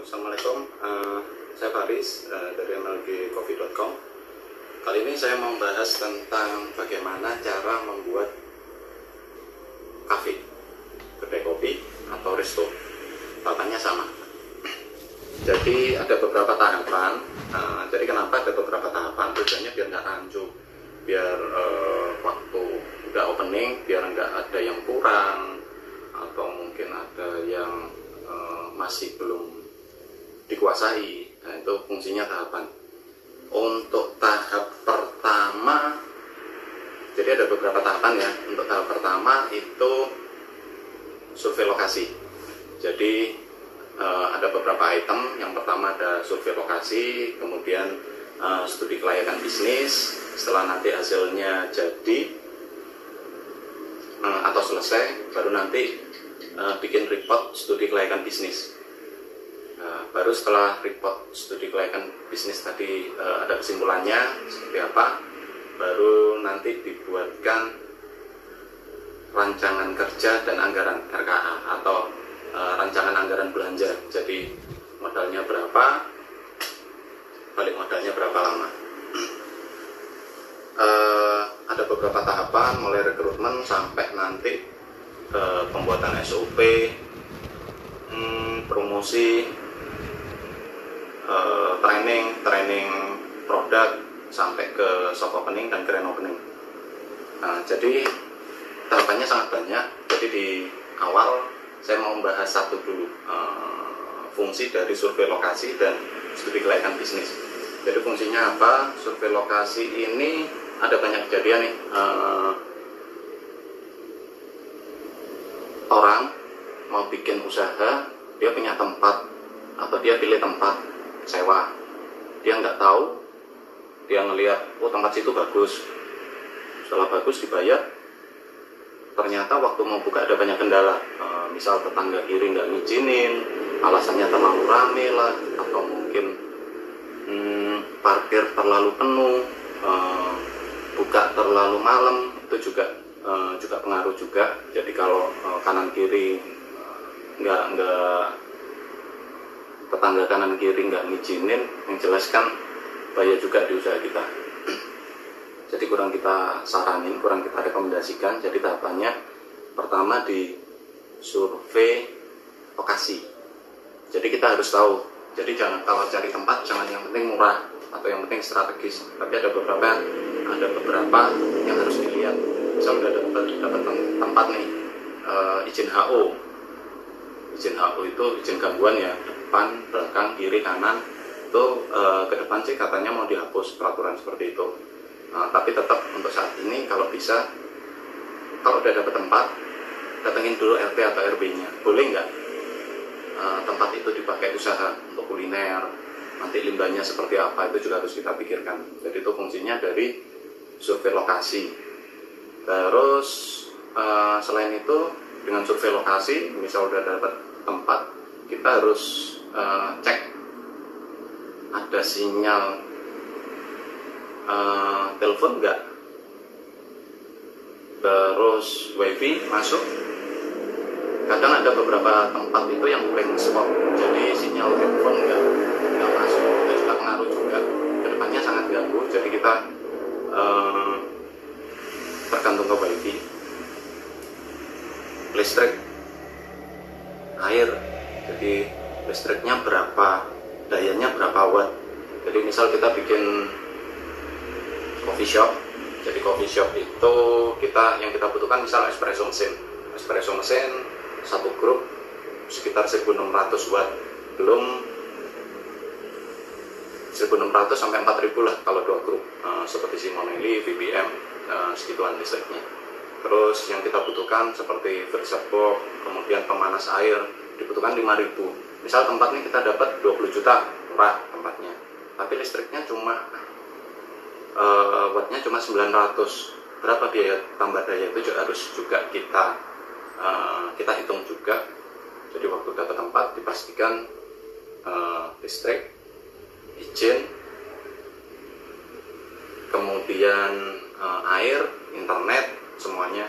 Assalamualaikum, saya Faris dari mlgcoffee.com. Kali ini saya mau membahas tentang bagaimana cara membuat kafe, kedai kopi atau resto. Tahapannya sama. Jadi ada beberapa tahapan. Jadi kenapa ada beberapa tahapan? Tujuannya biar nggak rancu, biar waktu udah opening, biar nggak ada yang kurang atau mungkin ada yang masih belum dikuasai. Nah, itu fungsinya tahapan. Untuk tahap pertama, jadi ada beberapa tahapan ya. Untuk tahap pertama itu survei lokasi. Jadi ada beberapa item. Yang pertama ada survei lokasi, kemudian studi kelayakan bisnis. Setelah nanti hasilnya jadi atau selesai, baru nanti bikin report studi kelayakan bisnis. Baru setelah report studi kelayakan bisnis tadi ada kesimpulannya seperti apa, baru nanti dibuatkan rancangan kerja dan anggaran RKA atau rancangan anggaran belanja. Jadi modalnya berapa, balik modalnya berapa lama. Ada beberapa tahapan mulai rekrutmen sampai nanti pembuatan SOP, promosi, training produk sampai ke soft opening dan grand opening. Nah, jadi tahapannya sangat banyak. Jadi di awal saya mau membahas satu dulu, fungsi dari survei lokasi dan studi kelayakan bisnis. Jadi fungsinya apa? Survei lokasi ini ada banyak kejadian nih. Orang mau bikin usaha, dia punya tempat atau dia pilih tempat sewa, dia nggak tahu, dia ngelihat, oh tempat situ bagus, setelah bagus dibayar, ternyata waktu mau buka ada banyak kendala, misal tetangga kiri nggak ngizinin, alasannya terlalu rame lah, atau mungkin parkir terlalu penuh, buka terlalu malam, itu juga pengaruh juga. Jadi kalau kanan kiri nggak tetangga kanan kiri nggak ngizinin, yang jelas kan bahaya juga di usaha kita. Jadi kurang kita saranin, kurang kita rekomendasikan. Jadi tahapannya pertama di survei lokasi. Jadi kita harus tahu. Jadi jangan, kalau cari tempat jangan yang penting murah atau yang penting strategis. Tapi ada beberapa yang harus dilihat. Misal udah dapat tempat nih, izin HO. Izin HO itu izin gangguan ya, depan, belakang, kiri, kanan. Itu ke depan sih katanya mau dihapus peraturan seperti itu. Tapi tetap untuk saat ini kalau bisa, kalau udah dapat tempat, datengin dulu RT atau RB-nya. Boleh nggak tempat itu dipakai usaha untuk kuliner, nanti limbahnya seperti apa, itu juga harus kita pikirkan. Jadi itu fungsinya dari survei lokasi. Terus selain itu, dengan survei lokasi, misal udah dapat tempat, kita harus cek ada sinyal telepon enggak, terus wifi masuk. Kadang ada beberapa tempat itu yang blank spot, jadi sinyal telepon enggak masuk, itu juga pengaruh juga, kedepannya sangat ganggu. Jadi kita tergantung ke wifi, listrik, air. Jadi listriknya berapa, dayanya berapa watt. Jadi misal kita bikin coffee shop, jadi coffee shop itu yang kita butuhkan misal espresso mesin satu grup sekitar 1600 watt, belum 1600 sampai 4000 lah kalau dua grup, seperti Simonelli, VBM, segituan listriknya. Terus yang kita butuhkan seperti freezer box, kemudian pemanas air dibutuhkan 5000. Misal tempat ini kita dapat 20 juta, murah tempatnya, tapi listriknya cuma wattnya cuma 900. Berapa biaya tambah daya itu juga harus kita hitung juga. Jadi waktu dapat tempat dipastikan listrik, izin, kemudian air, internet, semuanya,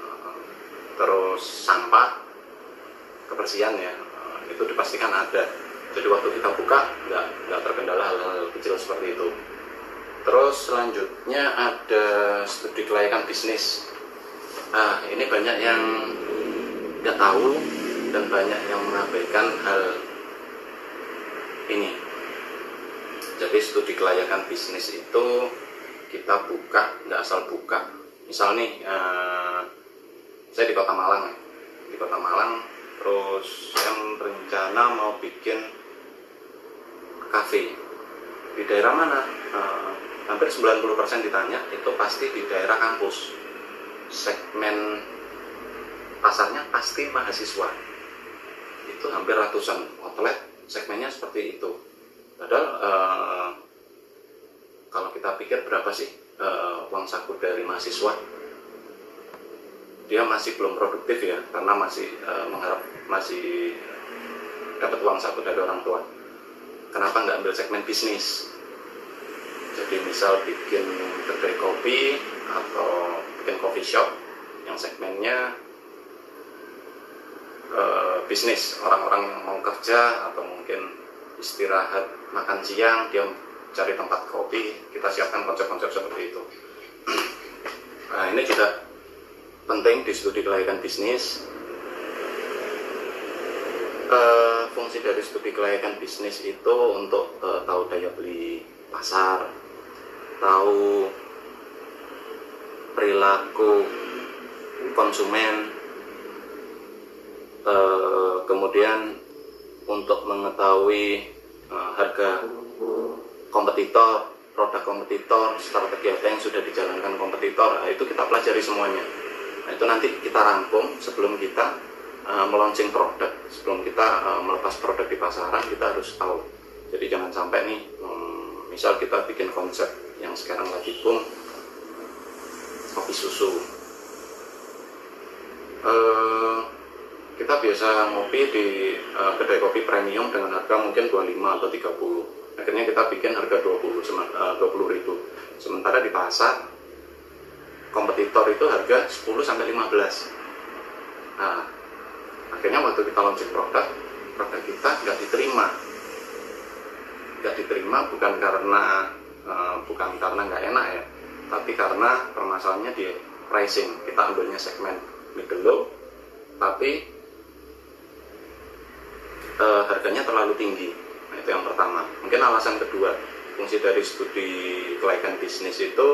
terus sampah, kebersihan ya, itu dipastikan ada. Jadi waktu kita buka nggak terkendala hal-hal kecil seperti itu. Terus selanjutnya ada studi kelayakan bisnis. Nah, ini banyak yang nggak tahu dan banyak yang mengabaikan hal ini. Jadi studi kelayakan bisnis itu kita buka, nggak asal buka. Misal nih, saya di Kota Malang, terus saya berencana mau bikin kafe. Di daerah mana? Hampir 90% ditanya itu pasti di daerah kampus. Segmen pasarnya pasti mahasiswa. Itu hampir ratusan outlet segmennya seperti itu. Padahal kalau kita pikir berapa sih uang saku dari mahasiswa, dia masih belum produktif ya, karena masih mengharap masih dapat uang saku dari orang tua. Kenapa nggak ambil segmen bisnis? Jadi misal bikin kedai kopi atau bikin coffee shop yang segmennya bisnis, orang-orang yang mau kerja atau mungkin istirahat makan siang, dia cari tempat kopi, kita siapkan konsep-konsep seperti itu. Nah, ini juga penting di studi kelayakan bisnis. Fungsi dari studi kelayakan bisnis itu untuk tahu daya beli pasar, tahu perilaku konsumen, kemudian untuk mengetahui harga kompetitor, produk kompetitor, strategi apa yang sudah dijalankan kompetitor. Nah, itu kita pelajari semuanya. Nah, itu nanti kita rangkum sebelum kita melaunching produk, sebelum kita melepas produk di pasaran, kita harus tahu. Jadi jangan sampai nih, misal kita bikin konsep yang sekarang lagi boom, kopi susu. Kita biasa ngopi di kedai kopi premium dengan harga mungkin 25 atau 30. Akhirnya kita bikin harga 20.000. Sementara di pasar kompetitor itu harga 10 sampai 15. Nah, akhirnya waktu kita launching produk kita nggak diterima. Nggak diterima bukan karena nggak enak ya, tapi karena permasalahannya di pricing. Kita ambilnya segmen middle low, tapi harganya terlalu tinggi. Nah, itu yang pertama. Mungkin alasan kedua, fungsi dari studi kelayakan bisnis itu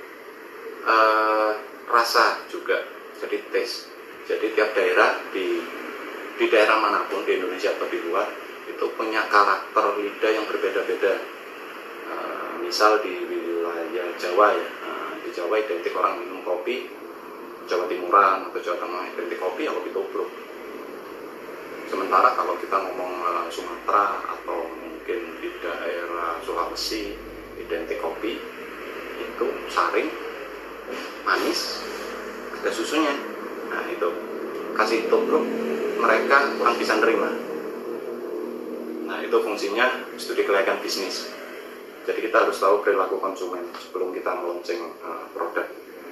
rasa juga, jadi taste. Jadi tiap daerah di daerah manapun di Indonesia atau di luar itu punya karakter lidah yang berbeda-beda. Misal di wilayah Jawa ya, di Jawa identik orang minum kopi, Jawa Timuran atau Jawa Tengah identik kopi ya kopi tubruk. Sementara kalau kita ngomong Sumatera atau mungkin di daerah Sulawesi identik kopi itu saring, manis, ada susunya. Nah itu kasih tubruk mereka kurang bisa nerima. Nah itu fungsinya studi kelayakan bisnis. Jadi kita harus tahu perilaku konsumen sebelum kita launching produk.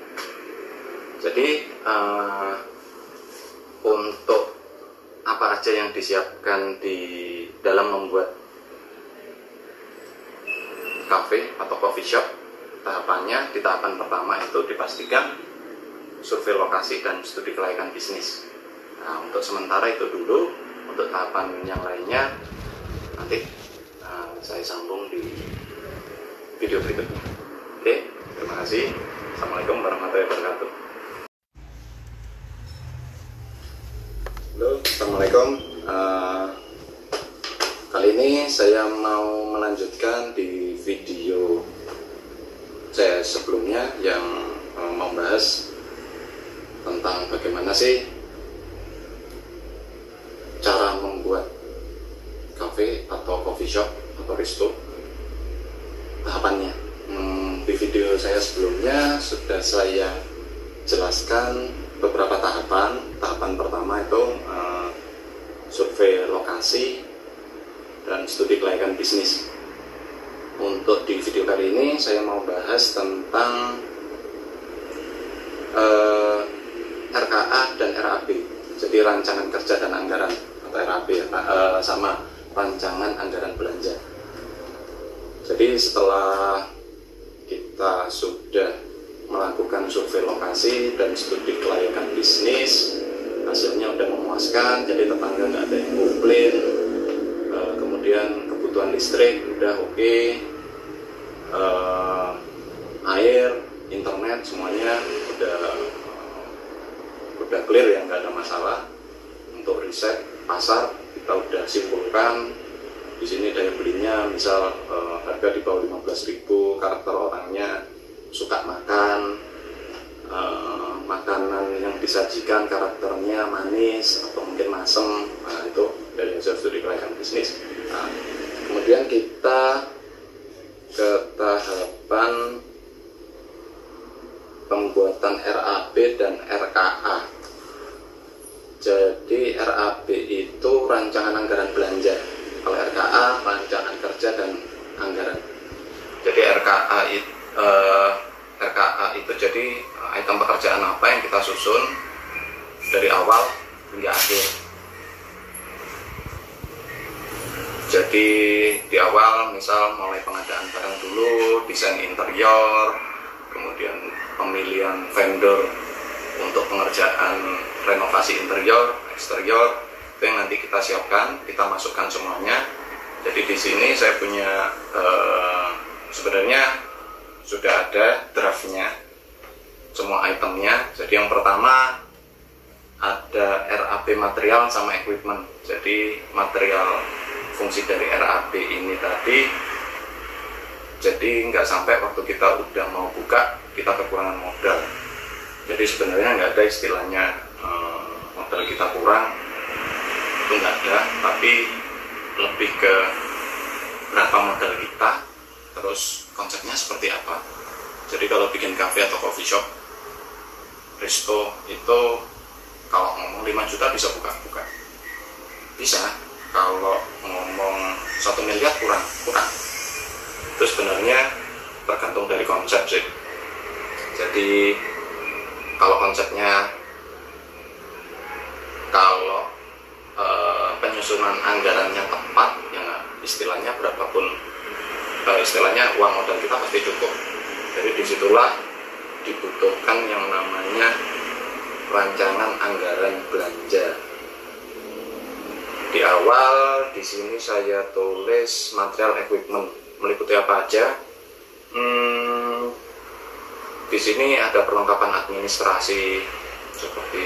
Jadi untuk apa aja yang disiapkan di dalam membuat cafe atau coffee shop, tahapannya di tahapan pertama itu dipastikan survei lokasi dan studi kelayakan bisnis. Nah, untuk sementara itu dulu. Untuk tahapan yang lainnya nanti saya sambung di video berikutnya. Oke, terima kasih. Assalamualaikum warahmatullahi wabarakatuh. Halo, assalamualaikum. Kali ini saya mau melanjutkan di video saya sebelumnya yang membahas tentang bagaimana sih cara membuat cafe atau coffee shop atau resto, tahapannya. Di video saya sebelumnya sudah saya jelaskan beberapa tahapan. Tahapan pertama itu survei lokasi dan studi kelayakan bisnis. Untuk di video kali ini saya mau bahas tentang RKA dan RAB. Jadi rancangan kerja dan anggaran atau RAB sama rancangan anggaran belanja. Jadi setelah kita sudah melakukan survei lokasi dan studi kelayakan bisnis, hasilnya udah memuaskan, jadi tetangga nggak ada yang komplain, kemudian kebutuhan listrik udah oke, air, internet semuanya udah clear ya, nggak ada masalah. Untuk riset pasar kita udah simpulkan di sini daya belinya misal harga di bawah 15.000, karakter orangnya suka makan, makanan yang disajikan karakternya manis atau mungkin masem. Nah, itu dari hasil studi kelayakan bisnis. Nah, kemudian kita ke tahapan pembuatan RAB dan RKA. Jadi RAB itu rancangan anggaran belanja, kalau RKA rancangan kerja dan anggaran. Jadi RKA itu jadi item pekerjaan apa yang kita susun dari awal hingga akhir. Jadi di awal misal mulai pengadaan barang dulu, desain interior, kemudian pemilihan vendor untuk pengerjaan renovasi interior, eksterior, itu yang nanti kita siapkan, kita masukkan semuanya. Jadi di sini saya punya sebenarnya sudah ada draftnya, semua itemnya. Jadi yang pertama ada RAB material sama equipment. Jadi material fungsi dari RAB ini tadi, jadi nggak sampai waktu kita udah mau buka kita kekurangan modal. Jadi sebenarnya nggak ada istilahnya modal kita kurang, itu nggak ada, tapi lebih ke berapa modal kita, terus konsepnya seperti apa. Jadi kalau bikin cafe atau coffee shop, resto itu kalau ngomong 5 juta bisa buka-buka, bisa. Kalau ngomong 1 miliar kurang. Itu sebenarnya tergantung dari konsep sih. Jadi kalau konsepnya, kalau penyusunan anggarannya tepat, ya istilahnya berapapun, istilahnya uang modal kita pasti cukup. Jadi disitulah dibutuhkan yang namanya rancangan anggaran belanja. Di awal di sini saya tulis material equipment, meliputi apa aja. Di sini ada perlengkapan administrasi seperti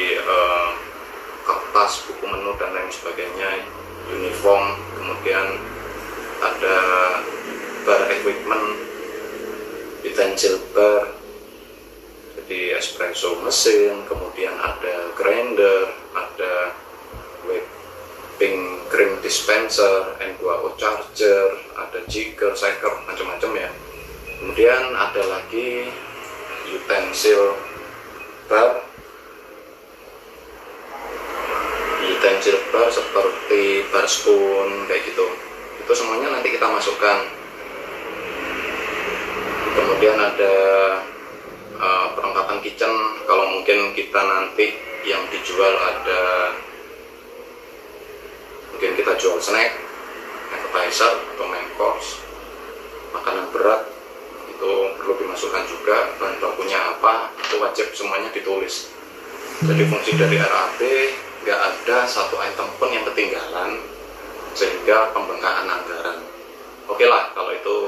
kertas, buku menu dan lain sebagainya, uniform, kemudian ada bar equipment, utensil bar, jadi espresso mesin, kemudian ada grinder, ada whipping cream dispenser, N2O charger, ada jigger, shaker, macam-macam ya. Kemudian ada lagi utensil bar seperti bar spoon kayak gitu. Itu semuanya nanti kita masukkan. Kemudian ada perlengkapan kitchen, kalau mungkin kita nanti yang dijual ada, mungkin kita jual snack, appetizer atau main course, makanan berat, itu perlu dimasukkan juga. Bahan bakunya apa, itu wajib semuanya ditulis. Jadi fungsi dari RAB nggak ada satu item pun yang ketinggalan, sehingga pembengkakan anggaran. Oke lah, kalau itu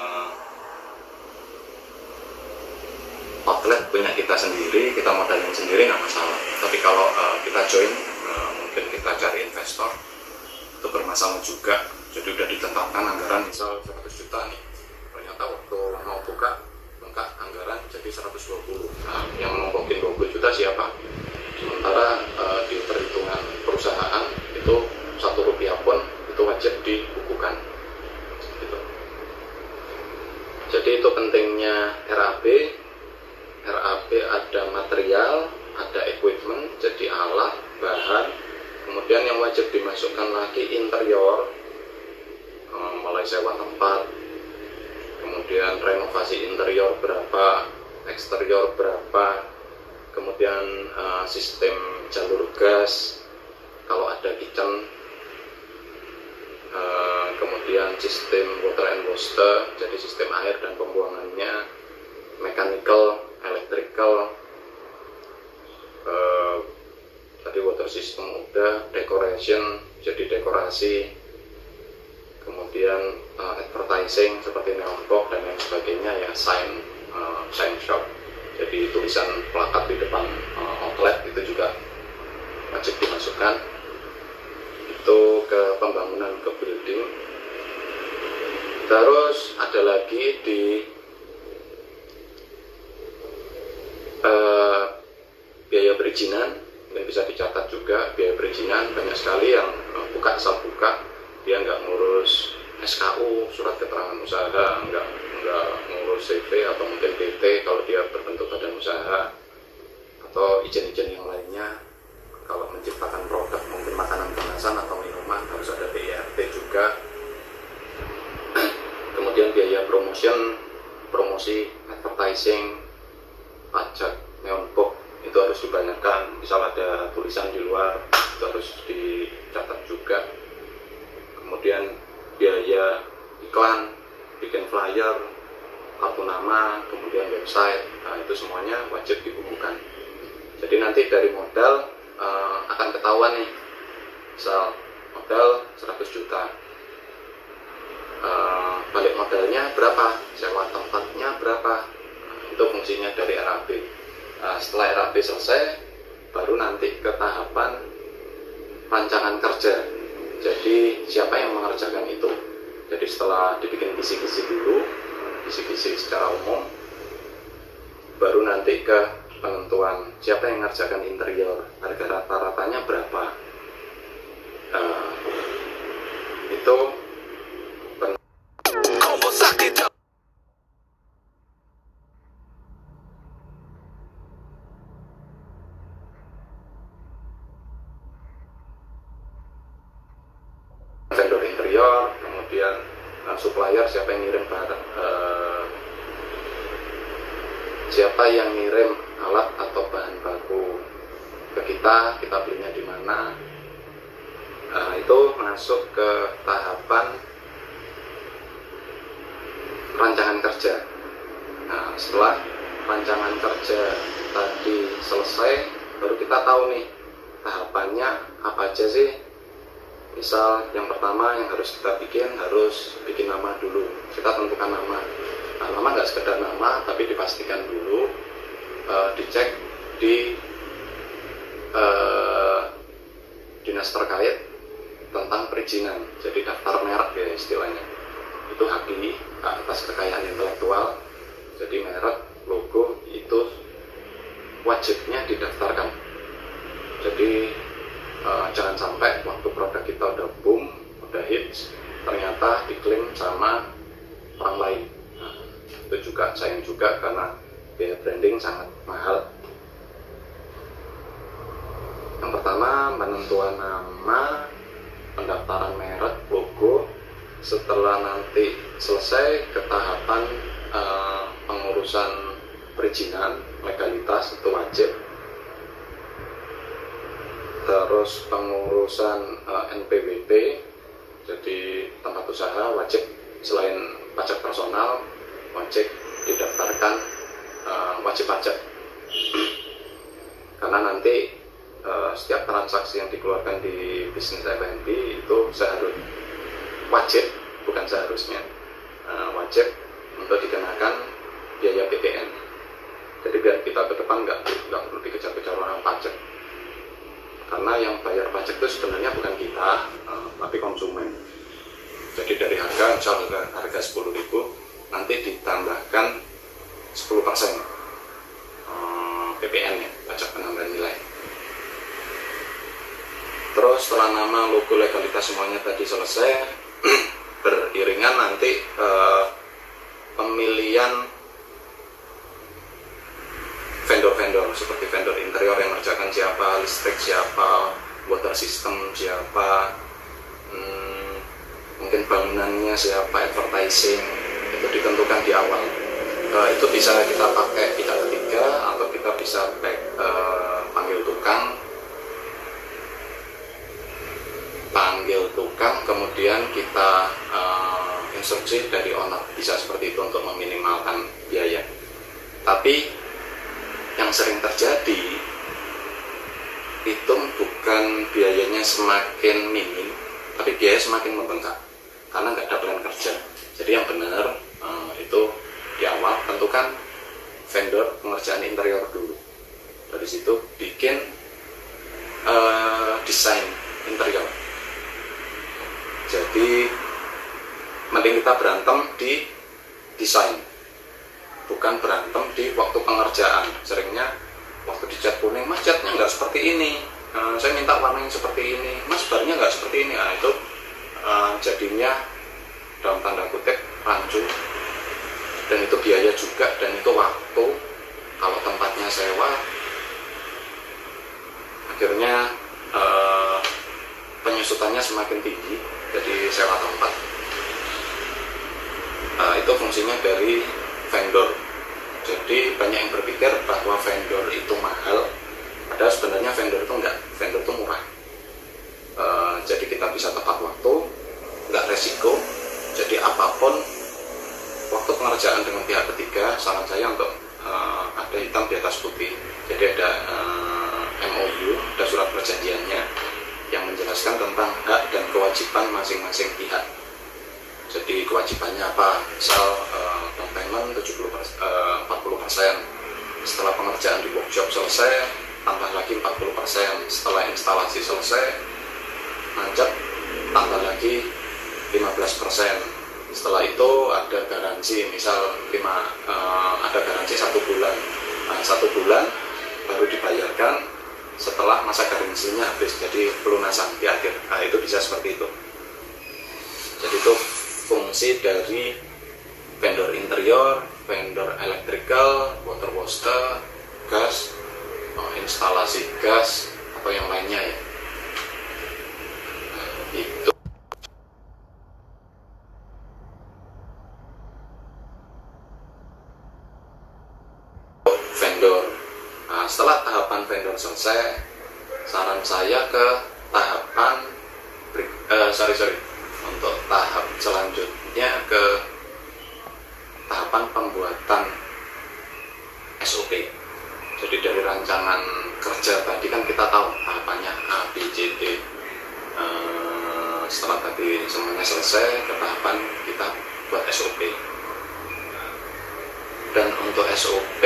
outlet punya kita sendiri, kita modalin sendiri nggak masalah. Tapi kalau kita join, mungkin kita cari investor, itu bermasalah juga. Jadi udah ditetapkan anggaran misal 100 juta nih, ternyata waktu mau buka bengkak anggaran jadi 120. Nah, yang ngomongin 20 juta siapa? Sementara di perhitungan perusahaan itu 1 rupiah pun itu wajib dibukukan gitu. Jadi itu pentingnya RAB ada material, ada equipment, jadi alat, bahan. Kemudian yang wajib dimasukkan lagi interior, mulai sewa tempat, kemudian renovasi interior berapa, eksterior berapa, kemudian sistem jalur gas, kalau ada kitchen, kemudian sistem water and waste, jadi sistem air dan pembuangannya, mechanical, electrical, tadi water system udah, decoration, jadi dekorasi, kemudian advertising seperti neon box dan lain sebagainya, ya sign shop, jadi tulisan plakat di depan outlet itu juga wajib dimasukkan. Itu ke pembangunan, ke building. Terus ada lagi di biaya perizinan, mungkin bisa dicatat juga. Biaya perizinan banyak sekali yang buka asal buka, dia nggak ngurus SKU, surat keterangan usaha, nggak ngurus CV atau mungkin PT kalau dia berbentuk badan usaha, atau izin-izin yang lainnya. Kalau menciptakan produk mungkin makanan kemasan atau minuman harus ada BIRT juga. Kemudian biaya promosi, advertising, pajak, neon box itu harus dibayarkan. Misal ada tulisan di luar itu harus dicatat juga. Kemudian biaya iklan, bikin flyer, kartu nama, kemudian website, nah itu semuanya wajib dibukukan. Jadi nanti dari modal akan ketahuan nih, misal modal 100 juta, balik modalnya berapa, sewa tempatnya berapa, itu fungsinya dari RAB. Setelah RAB selesai, baru nanti ke tahapan rancangan kerja. Jadi siapa yang mengerjakan itu? Jadi setelah dibikin kisi-kisi dulu, kisi-kisi secara umum, baru nanti ke penentuan siapa yang mengerjakan interior, harga rata-ratanya berapa. Itu vendor interior, kemudian supplier, siapa yang ngirim barang, siapa yang ngirim alat atau bahan baku ke kita belinya di mana. Itu masuk ke tahapan rancangan kerja. Nah, setelah rancangan kerja tadi selesai, baru kita tahu nih tahapannya apa aja sih. Misal yang pertama yang harus kita harus bikin nama dulu. Kita tentukan nama. Nah, nama nggak sekedar nama, tapi dipastikan dulu, dicek di dinas terkait tentang perizinan. Jadi daftar merek ya istilahnya. Itu HKI, atas kekayaan intelektual. Jadi merek, logo itu wajibnya didaftarkan. Jadi jangan sampai waktu produk kita udah boom, udah hits, ternyata diklaim sama orang lain. Nah, itu juga sayang juga karena biaya branding sangat mahal. Yang pertama, penentuan nama, pendaftaran merek, logo. Setelah nanti selesai ke tahapan pengurusan perizinan, legalitas itu wajib. Terus pengurusan NPWP, jadi tempat usaha wajib selain pajak personal, wajib didaftarkan wajib pajak. Karena nanti setiap transaksi yang dikeluarkan di bisnis F&B itu wajib, bukan seharusnya, wajib untuk dikenakan biaya PPN. Jadi biar kita ke depan nggak perlu dikejar-kejar orang pajak. Karena yang bayar pajak itu sebenarnya bukan kita, tapi konsumen. Jadi dari misalnya harga 10.000, nanti ditambahkan 10% PPN ya, pajak penambahan nilai. Terus setelah nama, logo, legalitas semuanya tadi selesai, beriringan nanti pemilihan vendor-vendor, seperti vendor interior yang mengerjakan siapa, listrik siapa, water system siapa, mungkin bangunannya siapa, advertising, itu ditentukan di awal. Itu bisa kita pakai pihak ketiga atau kita bisa panggil tukang panggil tukang, kemudian kita instruksi dari owner, bisa seperti itu untuk meminimalkan biaya. Tapi yang sering terjadi itu bukan biayanya semakin minim, tapi biaya semakin membengkak karena nggak ada plan kerja. Jadi yang benar itu di awal tentukan vendor pengerjaan interior dulu, dari situ bikin desain interior. Jadi mending kita berantem di desain, bukan berantem di waktu pengerjaan. Seringnya waktu dicat kuning, mas catnya nggak seperti ini, saya minta warnanya seperti ini, mas barnya nggak seperti ini. Nah itu jadinya dalam tanda kutip rancu, dan itu biaya juga, dan itu waktu. Kalau tempatnya sewa, akhirnya penyusutannya semakin tinggi, jadi sewa tempat. Itu fungsinya dari vendor. Jadi banyak yang berpikir bahwa vendor itu mahal, padahal sebenarnya vendor itu enggak, vendor itu murah. Jadi kita bisa tepat waktu, enggak resiko. Jadi apapun waktu pengerjaan dengan pihak ketiga, saran saya untuk ada hitam di atas putih. Jadi ada MOU, ada surat perjanjiannya yang menjelaskan tentang hak dan kewajiban masing-masing pihak. Jadi kewajibannya apa? Misal down payment 40%, setelah pengerjaan di workshop selesai tambah lagi 40%, setelah instalasi selesai nanjak tambah lagi 15%. Setelah itu ada garansi, misal ada garansi 1 bulan. Nah, 1 bulan baru dibayarkan setelah masa garansinya habis, jadi pelunasan di akhir. Nah, itu bisa seperti itu. Jadi itu fungsi dari vendor interior, vendor electrical, water waster, gas, instalasi gas, atau yang lainnya ya. Itu vendor. Nah, setelah tahapan vendor selesai, saran saya ke tahapan untuk tahap selanjutnya ke tahapan pembuatan SOP. Jadi dari rancangan kerja tadi kan kita tahu tahapannya A, B, C, D. Setelah tadi semuanya selesai, ke tahapan kita buat SOP. Dan untuk SOP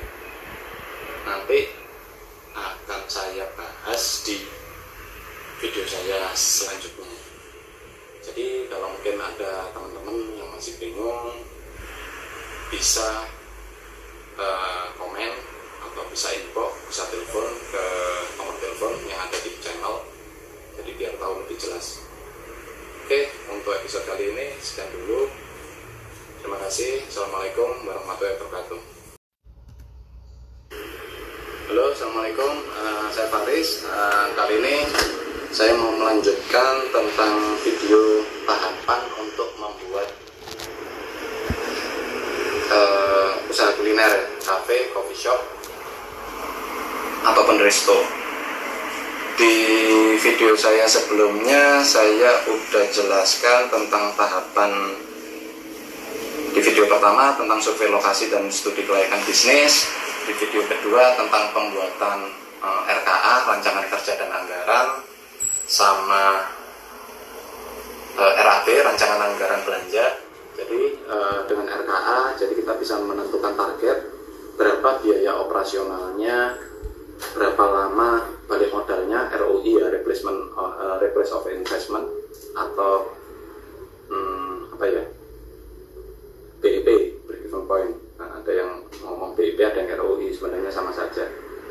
nanti akan saya bahas di video saya selanjutnya. Jadi kalau mungkin ada teman-teman yang masih bingung, bisa komen atau bisa info, bisa telepon ke nomor telepon yang ada di channel, jadi biar tahu lebih jelas. Oke, untuk episode kali ini sekian dulu. Terima kasih. Assalamualaikum warahmatullahi wabarakatuh. Halo, assalamualaikum. Saya Faris. Kali ini saya mau melanjutkan tentang video tahapan untuk membuat usaha kuliner, cafe, coffee shop, ataupun resto. Di video saya sebelumnya saya udah jelaskan tentang tahapan. Di video pertama tentang survei lokasi dan studi kelayakan bisnis. Di video kedua tentang pembuatan RKA, rancangan kerja dan anggaran, sama RAB, rancangan anggaran belanja. Jadi dengan RKA, jadi kita bisa menentukan target, berapa biaya operasionalnya, berapa lama balik modalnya, ROI ya, replace of investment, atau BIP, break even point. Nah, ada yang ngomong BIP, ada yang ROI, sebenarnya sama saja.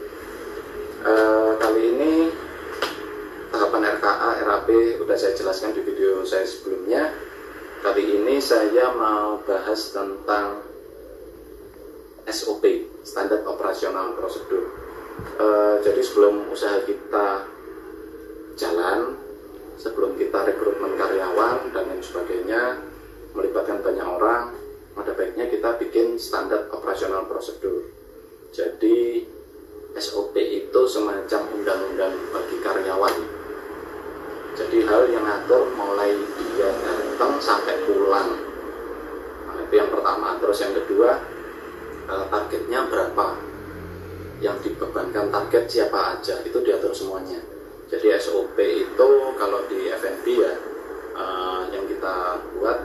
Kali ini tahapan RKA, RAB udah saya jelaskan di video saya sebelumnya. Kali ini saya mau bahas tentang SOP, Standard Operational Procedure. Jadi sebelum usaha kita jalan, sebelum kita rekrutmen karyawan dan lain sebagainya, melibatkan banyak orang, ada baiknya kita bikin Standard Operational Procedure. Jadi SOP itu semacam undang-undang bagi karyawan. Jadi hal yang ngatur mulai dia datang sampai pulang. Nah, itu yang pertama. Terus yang kedua, targetnya berapa, yang dibebankan target siapa aja, itu diatur semuanya. Jadi SOP itu kalau di F&B ya, yang kita buat,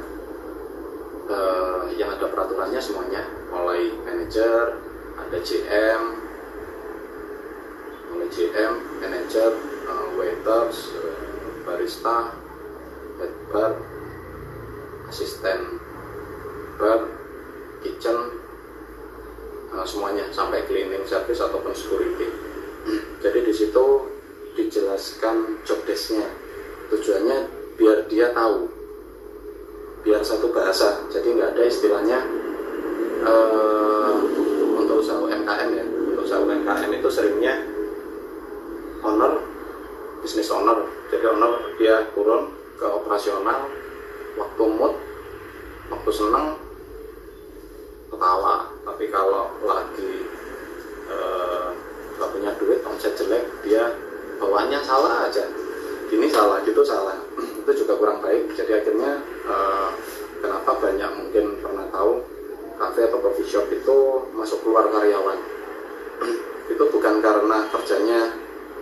yang ada peraturannya semuanya, mulai manajer, ada GM, manajer, waiters, barista, head bar, asisten bar, kitchen, semuanya sampai cleaning service ataupun security. Jadi di situ dijelaskan job desk-nya. Tujuannya biar dia tahu, biar satu bahasa. Jadi nggak ada istilahnya untuk usaha UMKM ya. Untuk usaha UMKM itu seringnya owner, business owner. Jadi owner dia turun ke operasional, waktu mood, waktu senang ketawa. Tapi kalau lagi gak punya duit, omset jelek, dia bawaannya salah aja. Ini salah, gitu salah. Itu juga kurang baik. Jadi akhirnya kenapa banyak mungkin pernah tahu kafe atau coffee shop itu masuk keluar karyawan. Itu bukan karena kerjanya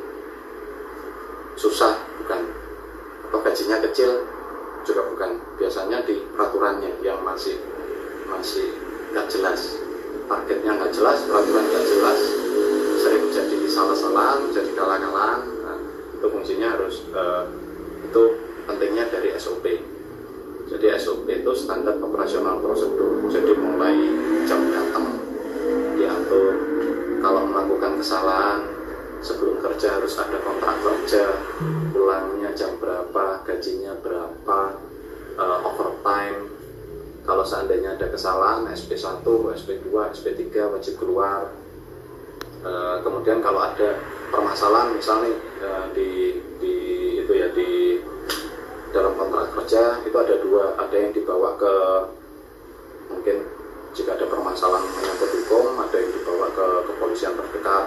susah, bukan, atau gajinya kecil, juga bukan. Biasanya di peraturannya yang masih nggak jelas, targetnya nggak jelas, peraturan nggak jelas, sering jadi salah-salahan, jadi kalah-kalahan. Nah, itu fungsinya harus itu pentingnya dari SOP. Jadi SOP itu standar operasional prosedur. Jadi mulai jam datang diatur, kalau melakukan kesalahan sebelum kerja harus ada kontrak kerja, pulangnya jam berapa, gajinya berapa, overtime. Kalau seandainya ada kesalahan, SP1, SP2, SP3 wajib keluar. Kemudian kalau ada permasalahan misalnya di dalam kontrak kerja itu ada dua, ada yang dibawa ke, mungkin jika ada permasalahan menyangkut hukum, ada yang dibawa ke kepolisian terdekat,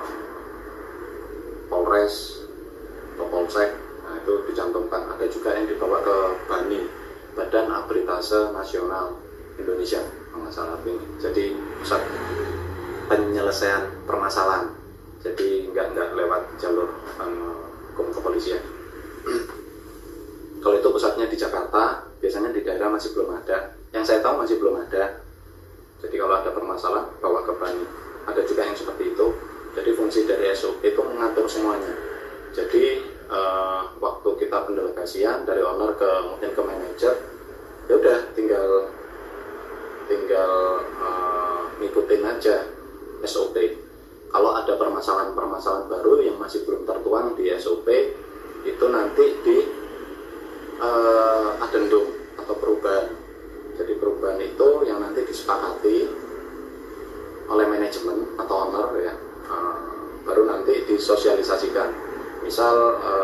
Polres atau Polsek. Nah, itu dicantumkan. Ada juga yang dibawa ke BANI, Badan Arbitrase Nasional Indonesia, masalah ini. Jadi pusat penyelesaian permasalahan. Jadi nggak lewat jalur hukum kepolisian. Kalau itu pusatnya di Jakarta, biasanya di daerah masih belum ada. Yang saya tahu masih belum ada. Jadi kalau ada permasalahan, bawa ke BANI. Ada juga yang seperti itu. Jadi fungsi dari SOP itu mengatur semuanya. Jadi waktu kita pendelegasian dari owner ke mungkin ke manajer, ya udah tinggal ngikutin aja SOP. Kalau ada permasalahan baru yang masih belum tertuang di SOP, itu nanti di adendum atau perubahan. Jadi perubahan itu yang nanti disepakati oleh manajemen atau owner ya. Baru nanti disosialisasikan. Misal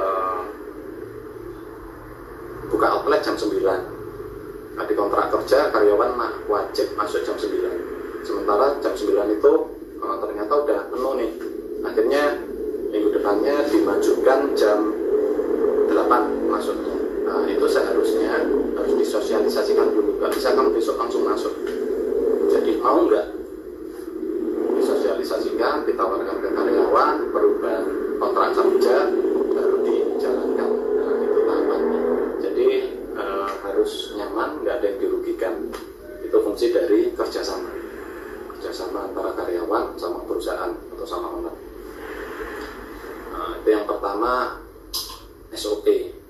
buka outlet jam 9. Nah, di kontrak kerja karyawan wajib masuk jam 9. Sementara jam 9 itu ternyata udah penuh nih. Akhirnya minggu depannya dimajukan jam 8 masuknya. Nah, itu seharusnya harus disosialisasikan dulu. Gak bisa kamu besok langsung masuk. Jadi mau nggak disosialisasikan, ditawarkan ke karyawan, perubahan kontrak kerja baru dijalankan. Nah, itu tahapannya. Jadi harus nyaman, nggak ada yang dirugikan. Itu fungsi dari kerjasama antara karyawan sama perusahaan atau sama owner. Nah, itu yang pertama, SOP.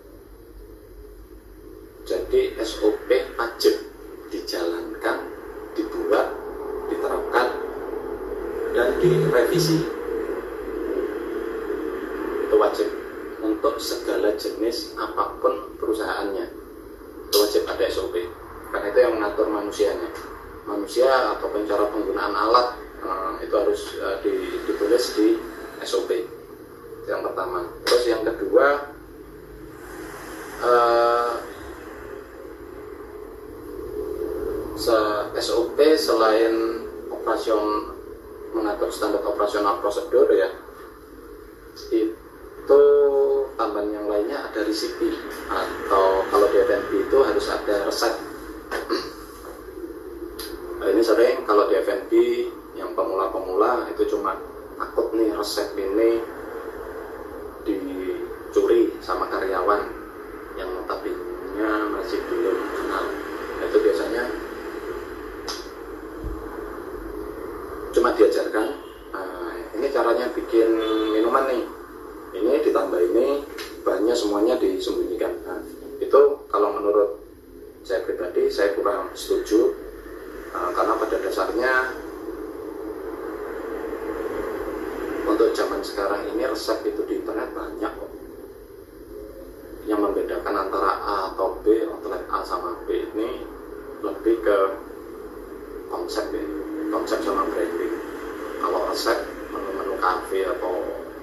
Jadi SOP wajib dijalankan, dibuat, diterapkan, dan direvisi. Itu wajib untuk segala jenis apapun perusahaannya. Itu wajib ada SOP. Karena itu yang mengatur manusianya. Manusia ataupun cara penggunaan alat itu harus ditulis di SOP. Itu yang pertama. Terus yang kedua, SOP selain mengatur standar operasional prosedur ya, itu tambahan yang lainnya ada resipi, atau kalau di F&B itu harus ada resep. Nah, ini sering kalau di F&B yang pemula-pemula itu cuma takut nih resep ini dicuri sama karyawan yang notabene masih belum kenal. Nah, itu biasanya cuma diajarkan, ini caranya bikin minuman nih, ini ditambah ini, bahannya semuanya disembunyikan. Nah, itu kalau menurut saya pribadi saya kurang setuju, karena pada dasarnya untuk zaman sekarang ini resep itu di internet banyak kok. Yang membedakan antara A atau B, outlet A sama B ini lebih ke konsep ya, konsep sama branding. Kalau resep menu-menu kafe atau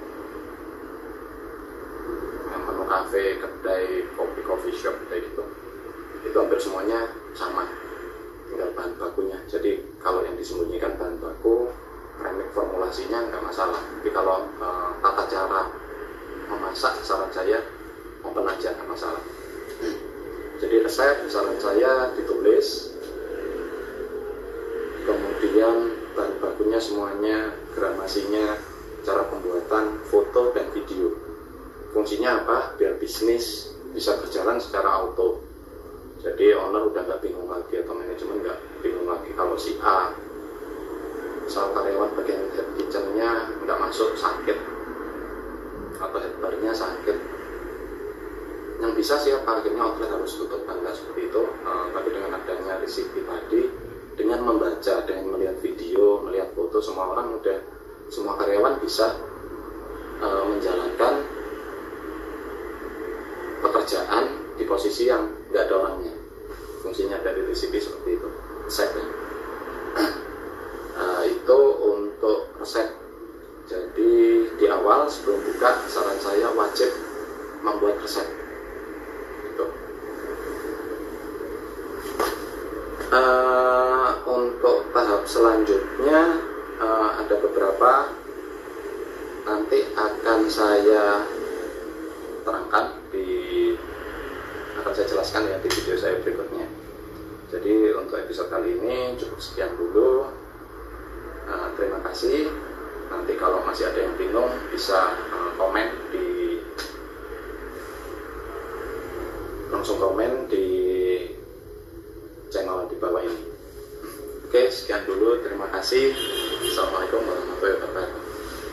menu kafe, kedai kopi, coffee shop kayak gitu, itu hampir semuanya sama, tinggal bahan bakunya. Jadi kalau yang disembunyikan bahan baku, remix formulasinya nggak masalah. Tapi kalau tata cara memasak, saran saya open aja, nggak masalah. Jadi resep saran saya ditulis, kemudian bahan bakunya semuanya, gramasinya, cara pembuatan, foto dan video. Fungsinya apa? Biar bisnis bisa berjalan secara auto. Jadi owner udah nggak bingung lagi, atau manajemen nggak bingung lagi kalau si A, misal karyawan bagian head kitchen-nya nggak masuk, sakit, atau head bar-nya sakit, yang bisa siapa? Akhirnya outlet harus tutup, tangga seperti itu. Tapi dengan adanya resipi tadi, dengan membaca, dengan melihat video, melihat foto, semua karyawan bisa menjalankan pekerjaan di posisi yang nggak ada orangnya. Fungsinya dari resipi seperti itu, resepnya. Itu untuk resep. Jadi di awal sebelum buka, saran saya wajib membuat resep. Gitu. Untuk tahap selanjutnya ada beberapa, nanti akan saya terangkan akan saya jelaskan ya di video saya berikutnya. Jadi untuk episode kali ini cukup sekian dulu. Terima kasih. Nanti kalau masih ada yang bingung langsung komen di channel di bawah ini. Oke, sekian dulu. Terima kasih.